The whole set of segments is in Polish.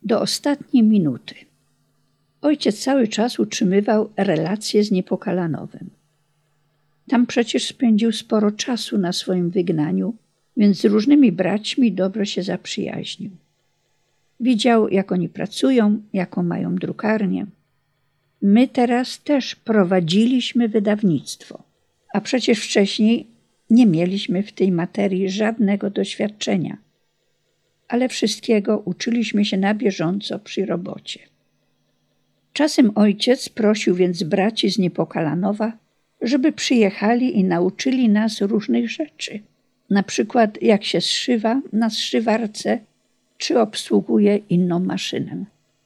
do ostatniej minuty. Ojciec cały czas utrzymywał relacje z Niepokalanowem. Tam przecież spędził sporo czasu na swoim wygnaniu, więc z różnymi braćmi dobrze się zaprzyjaźnił. Widział, jak oni pracują, jaką mają drukarnię. My teraz też prowadziliśmy wydawnictwo, a przecież wcześniej nie mieliśmy w tej materii żadnego doświadczenia, ale wszystkiego uczyliśmy się na bieżąco przy robocie. Czasem ojciec prosił więc braci z Niepokalanowa, żeby przyjechali i nauczyli nas różnych rzeczy, na przykład jak się zszywa na zszywarce, czy obsługuje inną maszynę.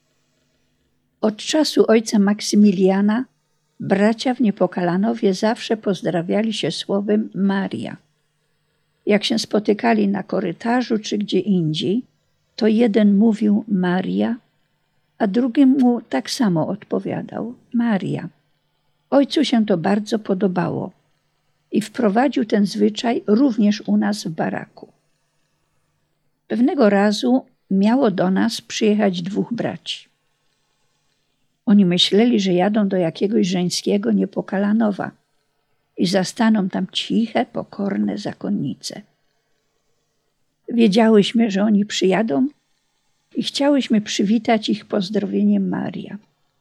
Od czasu ojca Maksymiliana bracia w Niepokalanowie zawsze pozdrawiali się słowem Maria. Jak się spotykali na korytarzu czy gdzie indziej, to jeden mówił Maria, a drugi mu tak samo odpowiadał Maria. Ojcu się to bardzo podobało i wprowadził ten zwyczaj również u nas w baraku. Pewnego razu miało do nas przyjechać 2 braci. Oni myśleli, że jadą do jakiegoś żeńskiego Niepokalanowa i zastaną tam ciche, pokorne zakonnice. Wiedziałyśmy, że oni przyjadą i chciałyśmy przywitać ich pozdrowieniem Maria.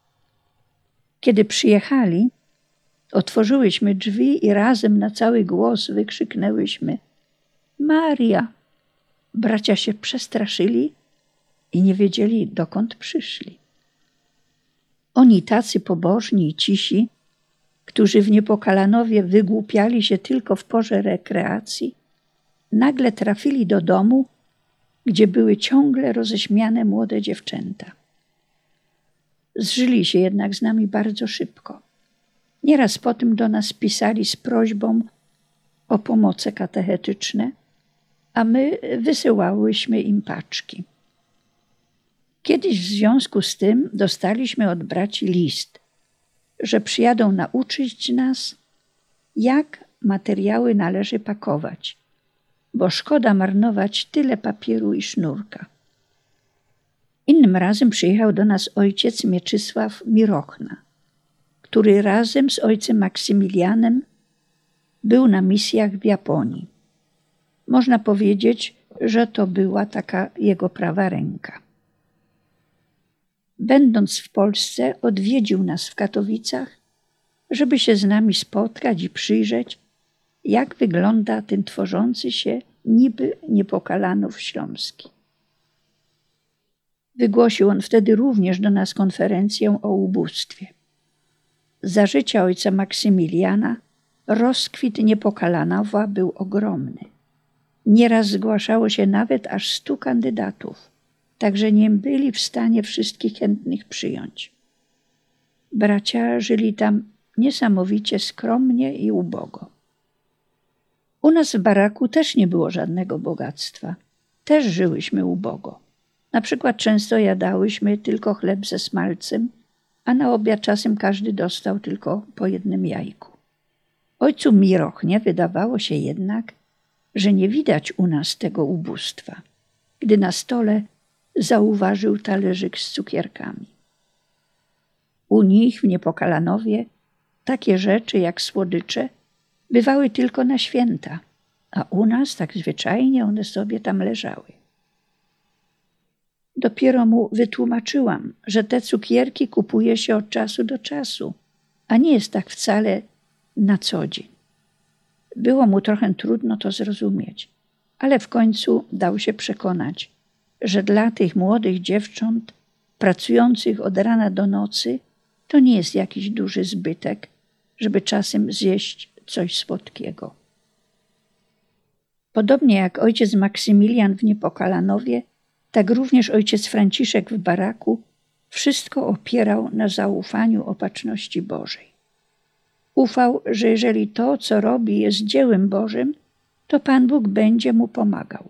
Kiedy przyjechali, otworzyłyśmy drzwi i razem na cały głos wykrzyknęłyśmy Maria! Bracia się przestraszyli i nie wiedzieli, dokąd przyszli. Oni tacy pobożni i cisi, którzy w Niepokalanowie wygłupiali się tylko w porze rekreacji, nagle trafili do domu, gdzie były ciągle roześmiane młode dziewczęta. Zżyli się jednak z nami bardzo szybko. Nieraz potem do nas pisali z prośbą o pomoce katechetyczne, a my wysyłałyśmy im paczki. Kiedyś w związku z tym dostaliśmy od braci list, że przyjadą nauczyć nas, jak materiały należy pakować, bo szkoda marnować tyle papieru i sznurka. Innym razem przyjechał do nas ojciec Mieczysław Mirochna, który razem z ojcem Maksymilianem był na misjach w Japonii. Można powiedzieć, że to była taka jego prawa ręka. Będąc w Polsce, odwiedził nas w Katowicach, żeby się z nami spotkać i przyjrzeć, jak wygląda ten tworzący się niby Niepokalanów śląski. Wygłosił on wtedy również do nas konferencję o ubóstwie. Za życia ojca Maksymiliana rozkwit Niepokalanowa był ogromny. Nieraz zgłaszało się nawet aż 100 kandydatów, także nie byli w stanie wszystkich chętnych przyjąć. Bracia żyli tam niesamowicie skromnie i ubogo. U nas w baraku też nie było żadnego bogactwa. Też żyłyśmy ubogo. Na przykład często jadałyśmy tylko chleb ze smalcem, a na obiad czasem każdy dostał tylko po jednym jajku. Ojcu Mirochnie wydawało się jednak, że nie widać u nas tego ubóstwa, gdy na stole zauważył talerzyk z cukierkami. U nich w Niepokalanowie takie rzeczy jak słodycze bywały tylko na święta, a u nas tak zwyczajnie one sobie tam leżały. Dopiero mu wytłumaczyłam, że te cukierki kupuje się od czasu do czasu, a nie jest tak wcale na co dzień. Było mu trochę trudno to zrozumieć, ale w końcu dał się przekonać, że dla tych młodych dziewcząt pracujących od rana do nocy to nie jest jakiś duży zbytek, żeby czasem zjeść coś słodkiego. Podobnie jak ojciec Maksymilian w Niepokalanowie, tak również ojciec Franciszek w baraku wszystko opierał na zaufaniu opatrzności Bożej. Ufał, że jeżeli to, co robi, jest dziełem Bożym, to Pan Bóg będzie mu pomagał.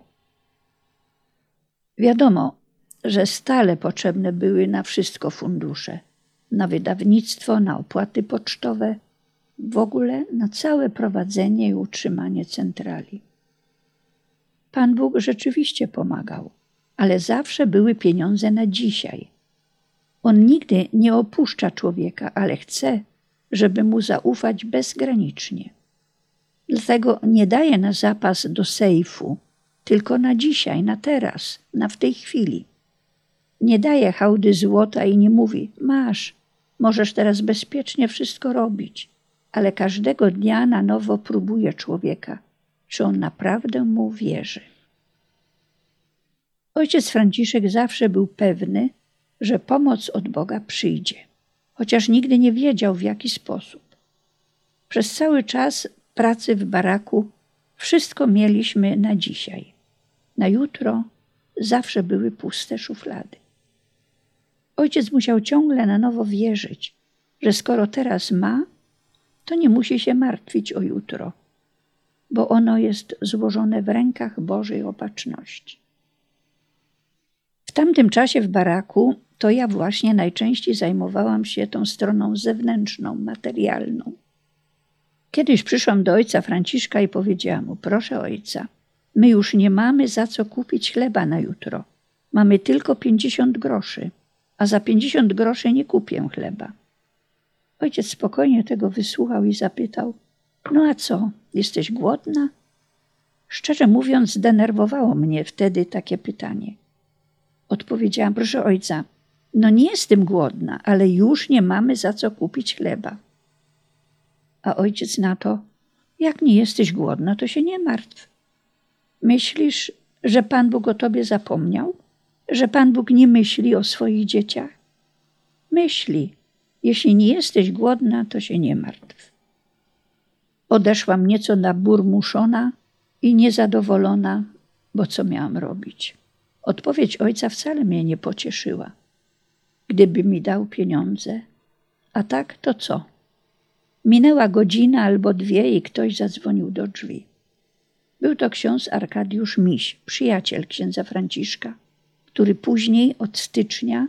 Wiadomo, że stale potrzebne były na wszystko fundusze, na wydawnictwo, na opłaty pocztowe, w ogóle na całe prowadzenie i utrzymanie centrali. Pan Bóg rzeczywiście pomagał, ale zawsze były pieniądze na dzisiaj. On nigdy nie opuszcza człowieka, ale chce, żeby mu zaufać bezgranicznie. Dlatego nie daje na zapas do sejfu, tylko na dzisiaj, na teraz, na w tej chwili. Nie daje hałdy złota i nie mówi: masz, możesz teraz bezpiecznie wszystko robić, ale każdego dnia na nowo próbuje człowieka, czy on naprawdę mu wierzy. Ojciec Franciszek zawsze był pewny, że pomoc od Boga przyjdzie, chociaż nigdy nie wiedział, w jaki sposób. Przez cały czas pracy w baraku wszystko mieliśmy na dzisiaj. Na jutro zawsze były puste szuflady. Ojciec musiał ciągle na nowo wierzyć, że skoro teraz ma, to nie musi się martwić o jutro, bo ono jest złożone w rękach Bożej Opatrzności. W tamtym czasie w baraku to ja właśnie najczęściej zajmowałam się tą stroną zewnętrzną, materialną. Kiedyś przyszłam do ojca Franciszka i powiedziałam mu: proszę ojca, my już nie mamy za co kupić chleba na jutro. Mamy tylko 50 groszy, a za 50 groszy nie kupię chleba. Ojciec spokojnie tego wysłuchał i zapytał: no a co, jesteś głodna? Szczerze mówiąc, zdenerwowało mnie wtedy takie pytanie. Odpowiedziałam: proszę ojca, no nie jestem głodna, ale już nie mamy za co kupić chleba. A ojciec na to: jak nie jesteś głodna, to się nie martw. Myślisz, że Pan Bóg o tobie zapomniał? Że Pan Bóg nie myśli o swoich dzieciach? Myśli. Jeśli nie jesteś głodna, to się nie martw. Odeszłam nieco naburmuszona i niezadowolona, bo co miałam robić? Odpowiedź ojca wcale mnie nie pocieszyła. Gdyby mi dał pieniądze, a tak to co? Minęła godzina albo dwie i ktoś zadzwonił do drzwi. Był to ksiądz Arkadiusz Miś, przyjaciel księdza Franciszka, który później od stycznia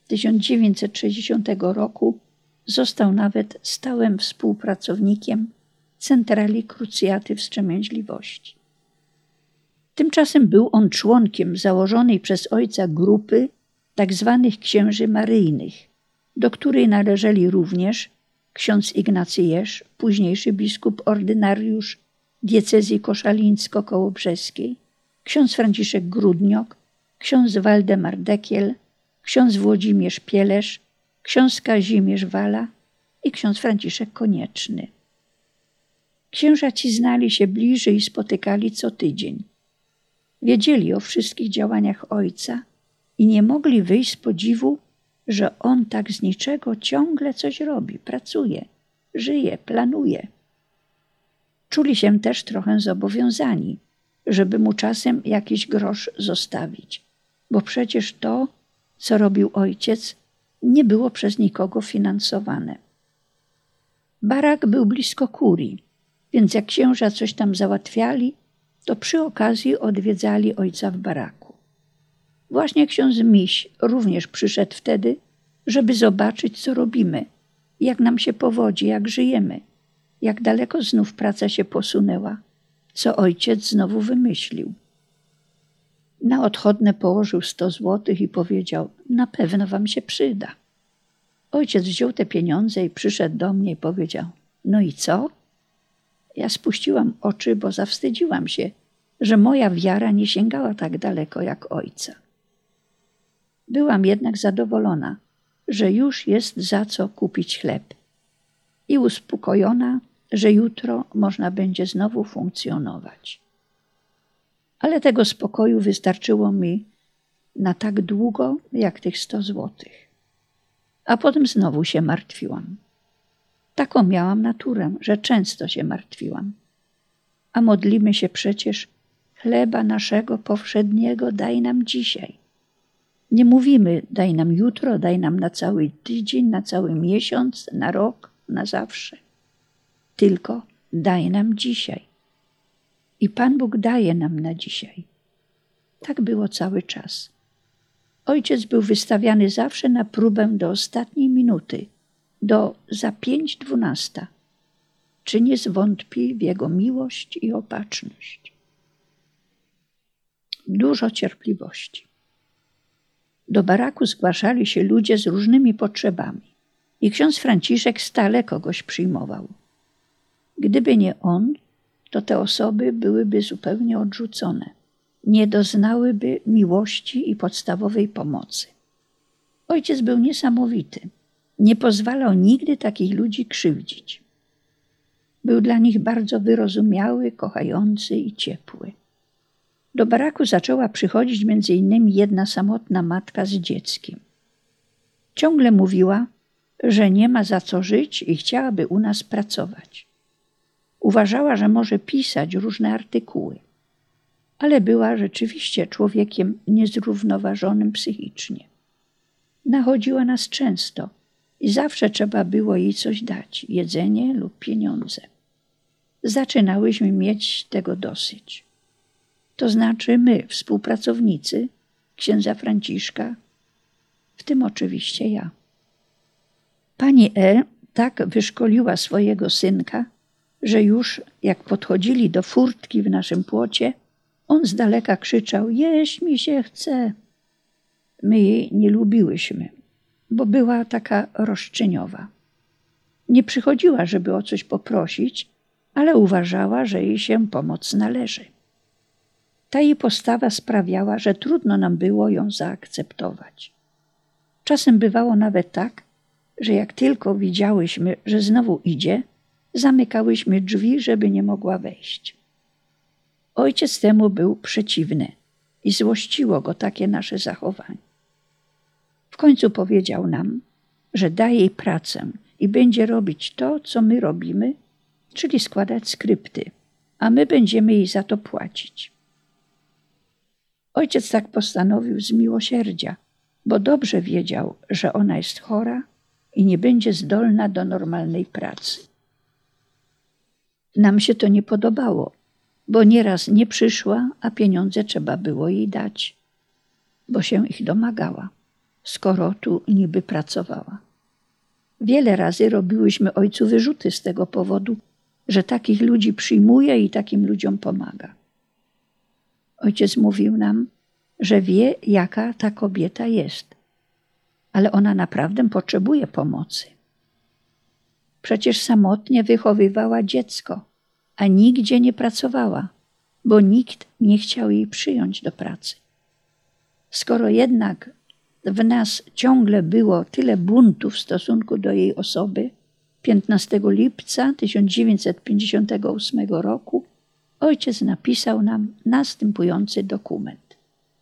1960 roku został nawet stałym współpracownikiem Centrali Krucjaty Wstrzemięźliwości. Tymczasem był on członkiem założonej przez ojca grupy tzw. księży maryjnych, do której należeli również ksiądz Ignacy Jerz, późniejszy biskup ordynariusz diecezji koszalińsko-kołobrzeskiej, ksiądz Franciszek Grudniok, ksiądz Waldemar Dekiel, ksiądz Włodzimierz Pielesz, ksiądz Kazimierz Wala i ksiądz Franciszek Konieczny. Księża ci znali się bliżej i spotykali co tydzień. Wiedzieli o wszystkich działaniach ojca i nie mogli wyjść z podziwu, że on tak z niczego ciągle coś robi, pracuje, żyje, planuje. Czuli się też trochę zobowiązani, żeby mu czasem jakiś grosz zostawić, bo przecież to, co robił ojciec, nie było przez nikogo finansowane. Barak był blisko kurii, więc jak księża coś tam załatwiali, to przy okazji odwiedzali ojca w baraku. Właśnie ksiądz Miś również przyszedł wtedy, żeby zobaczyć, co robimy, jak nam się powodzi, jak żyjemy, jak daleko znów praca się posunęła, co ojciec znowu wymyślił. Na odchodne położył 100 złotych i powiedział: na pewno wam się przyda. Ojciec wziął te pieniądze i przyszedł do mnie i powiedział: no i co? Ja spuściłam oczy, bo zawstydziłam się, że moja wiara nie sięgała tak daleko jak ojca. Byłam jednak zadowolona, że już jest za co kupić chleb i uspokojona, że jutro można będzie znowu funkcjonować. Ale tego spokoju wystarczyło mi na tak długo, jak tych 100 złotych. A potem znowu się martwiłam. Taką miałam naturę, że często się martwiłam. A modlimy się przecież: chleba naszego powszedniego daj nam dzisiaj. Nie mówimy: daj nam jutro, daj nam na cały tydzień, na cały miesiąc, na rok, na zawsze. Tylko daj nam dzisiaj. I Pan Bóg daje nam na dzisiaj. Tak było cały czas. Ojciec był wystawiany zawsze na próbę do ostatniej minuty, do za 5:12. Czy nie zwątpi w Jego miłość i opatrzność? Dużo cierpliwości. Do baraku zgłaszali się ludzie z różnymi potrzebami i ksiądz Franciszek stale kogoś przyjmował. Gdyby nie on, to te osoby byłyby zupełnie odrzucone. Nie doznałyby miłości i podstawowej pomocy. Ojciec był niesamowity. Nie pozwalał nigdy takich ludzi krzywdzić. Był dla nich bardzo wyrozumiały, kochający i ciepły. Do baraku zaczęła przychodzić między innymi jedna samotna matka z dzieckiem. Ciągle mówiła, że nie ma za co żyć i chciałaby u nas pracować. Uważała, że może pisać różne artykuły, ale była rzeczywiście człowiekiem niezrównoważonym psychicznie. Nachodziła nas często i zawsze trzeba było jej coś dać, jedzenie lub pieniądze. Zaczynałyśmy mieć tego dosyć. To znaczy my, współpracownicy księdza Franciszka, w tym oczywiście ja. Pani E. tak wyszkoliła swojego synka, że już jak podchodzili do furtki w naszym płocie, on z daleka krzyczał: jeść mi się chce. My jej nie lubiłyśmy, bo była taka roszczeniowa. Nie przychodziła, żeby o coś poprosić, ale uważała, że jej się pomoc należy. Ta jej postawa sprawiała, że trudno nam było ją zaakceptować. Czasem bywało nawet tak, że jak tylko widziałyśmy, że znowu idzie, zamykałyśmy drzwi, żeby nie mogła wejść. Ojciec temu był przeciwny i złościło go takie nasze zachowanie. W końcu powiedział nam, że da jej pracę i będzie robić to, co my robimy, czyli składać skrypty, a my będziemy jej za to płacić. Ojciec tak postanowił z miłosierdzia, bo dobrze wiedział, że ona jest chora i nie będzie zdolna do normalnej pracy. Nam się to nie podobało, bo nieraz nie przyszła, a pieniądze trzeba było jej dać, bo się ich domagała, skoro tu niby pracowała. Wiele razy robiłyśmy ojcu wyrzuty z tego powodu, że takich ludzi przyjmuje i takim ludziom pomaga. Ojciec mówił nam, że wie, jaka ta kobieta jest, ale ona naprawdę potrzebuje pomocy. Przecież samotnie wychowywała dziecko, a nigdzie nie pracowała, bo nikt nie chciał jej przyjąć do pracy. Skoro jednak w nas ciągle było tyle buntu w stosunku do jej osoby, 15 lipca 1958 roku ojciec napisał nam następujący dokument.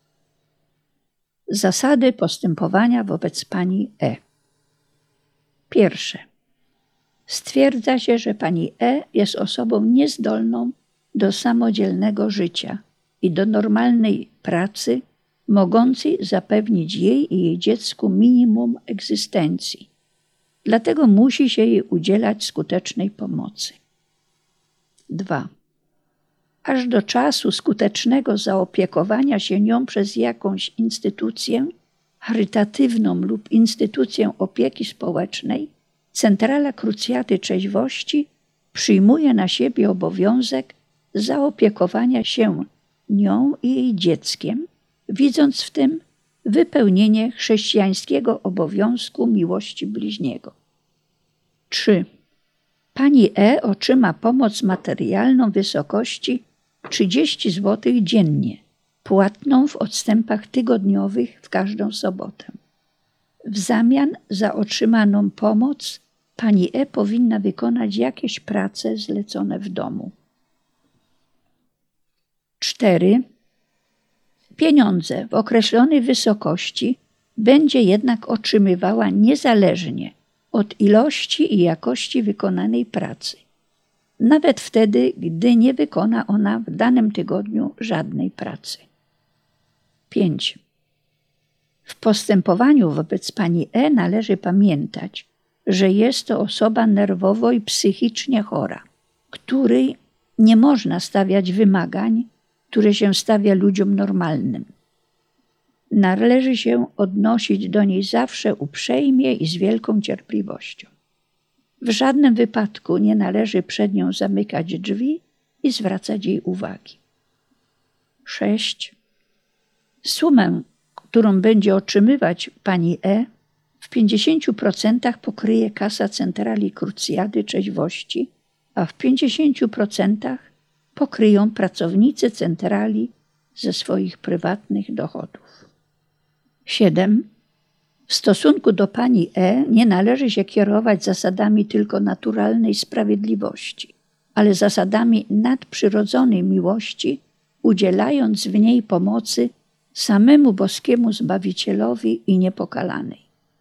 Zasady postępowania wobec pani E. Pierwsze. Stwierdza się, że pani E. jest osobą niezdolną do samodzielnego życia i do normalnej pracy, mogącej zapewnić jej i jej dziecku minimum egzystencji. Dlatego musi się jej udzielać skutecznej pomocy. 2. Aż do czasu skutecznego zaopiekowania się nią przez jakąś instytucję charytatywną lub instytucję opieki społecznej, Centrala Krucjaty Trzeźwości przyjmuje na siebie obowiązek zaopiekowania się nią i jej dzieckiem, widząc w tym wypełnienie chrześcijańskiego obowiązku miłości bliźniego. 3. Pani E. otrzyma pomoc materialną w wysokości 30 zł dziennie, płatną w odstępach tygodniowych w każdą sobotę. W zamian za otrzymaną pomoc pani E. powinna wykonać jakieś prace zlecone w domu. 4. Pieniądze w określonej wysokości będzie jednak otrzymywała niezależnie od ilości i jakości wykonanej pracy, nawet wtedy, gdy nie wykona ona w danym tygodniu żadnej pracy. 5. W postępowaniu wobec pani E. należy pamiętać, że jest to osoba nerwowo i psychicznie chora, której nie można stawiać wymagań, które się stawia ludziom normalnym. Należy się odnosić do niej zawsze uprzejmie i z wielką cierpliwością. W żadnym wypadku nie należy przed nią zamykać drzwi i zwracać jej uwagi. 6. Sumę, którą będzie otrzymywać pani E., w 50% pokryje kasa Centrali Krucjady Trzeźwości, a w 50% pokryją pracownicy centrali ze swoich prywatnych dochodów. 7. W stosunku do pani E. nie należy się kierować zasadami tylko naturalnej sprawiedliwości, ale zasadami nadprzyrodzonej miłości, udzielając w niej pomocy samemu boskiemu Zbawicielowi i Niepokalanej.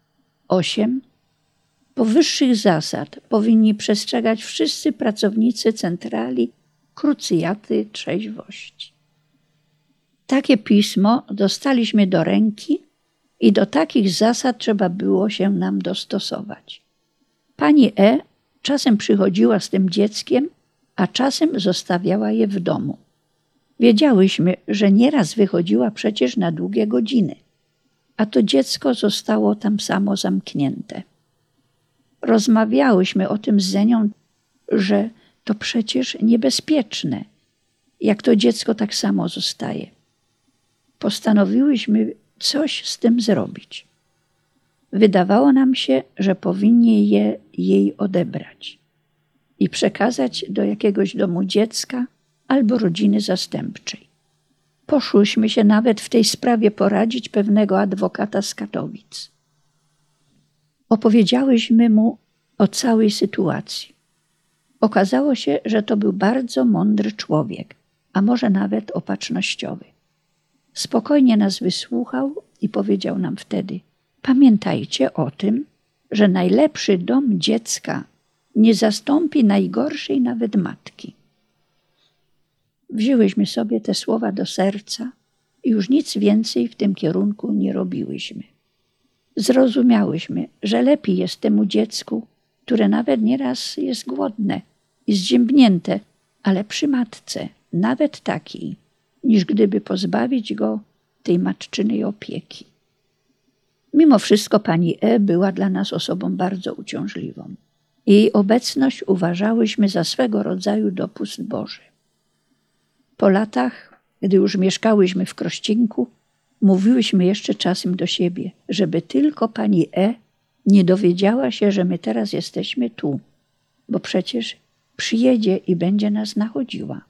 8. Powyższych zasad powinni przestrzegać wszyscy pracownicy centrali Krucjaty Trzeźwości. Takie pismo dostaliśmy do ręki i do takich zasad trzeba było się nam dostosować. Pani E. czasem przychodziła z tym dzieckiem, a czasem zostawiała je w domu. Wiedziałyśmy, że nieraz wychodziła przecież na długie godziny, a to dziecko zostało tam samo zamknięte. Rozmawiałyśmy o tym z Zenią, że to przecież niebezpieczne, jak to dziecko tak samo zostaje. Postanowiłyśmy coś z tym zrobić. Wydawało nam się, że powinni je jej odebrać i przekazać do jakiegoś domu dziecka albo rodziny zastępczej. Poszłyśmy się nawet w tej sprawie poradzić pewnego adwokata z Katowic. Opowiedziałyśmy mu o całej sytuacji. Okazało się, że to był bardzo mądry człowiek, a może nawet opatrznościowy. Spokojnie nas wysłuchał i powiedział nam wtedy: pamiętajcie o tym, że najlepszy dom dziecka nie zastąpi najgorszej nawet matki. Wzięłyśmy sobie te słowa do serca i już nic więcej w tym kierunku nie robiłyśmy. Zrozumiałyśmy, że lepiej jest temu dziecku, które nawet nieraz jest głodne i zziębnięte, ale przy matce, nawet takiej, niż gdyby pozbawić go tej matczynej opieki. Mimo wszystko pani E. była dla nas osobą bardzo uciążliwą. Jej obecność uważałyśmy za swego rodzaju dopust Boży. Po latach, gdy już mieszkałyśmy w Krościenku, mówiłyśmy jeszcze czasem do siebie, żeby tylko pani E. nie dowiedziała się, że my teraz jesteśmy tu, bo przecież przyjedzie i będzie nas nachodziła.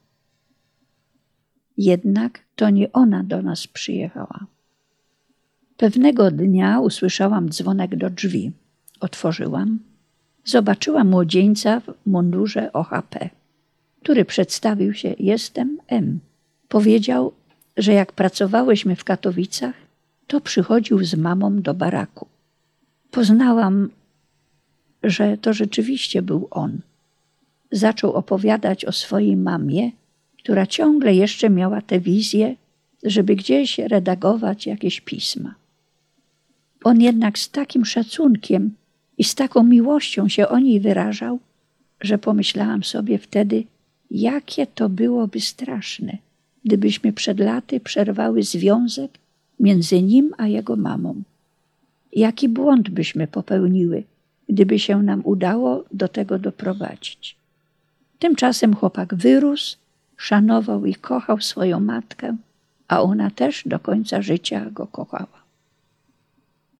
Jednak to nie ona do nas przyjechała. Pewnego dnia usłyszałam dzwonek do drzwi. Otworzyłam. Zobaczyłam młodzieńca w mundurze OHP, który przedstawił się: jestem M. Powiedział, że jak pracowałyśmy w Katowicach, to przychodził z mamą do baraku. Poznałam, że to rzeczywiście był on. Zaczął opowiadać o swojej mamie, która ciągle jeszcze miała tę wizję, żeby gdzieś redagować jakieś pisma. On jednak z takim szacunkiem i z taką miłością się o niej wyrażał, że pomyślałam sobie wtedy, jakie to byłoby straszne, gdybyśmy przed laty przerwały związek między nim a jego mamą. Jaki błąd byśmy popełniły, gdyby się nam udało do tego doprowadzić. Tymczasem chłopak wyrósł, szanował i kochał swoją matkę, a ona też do końca życia go kochała.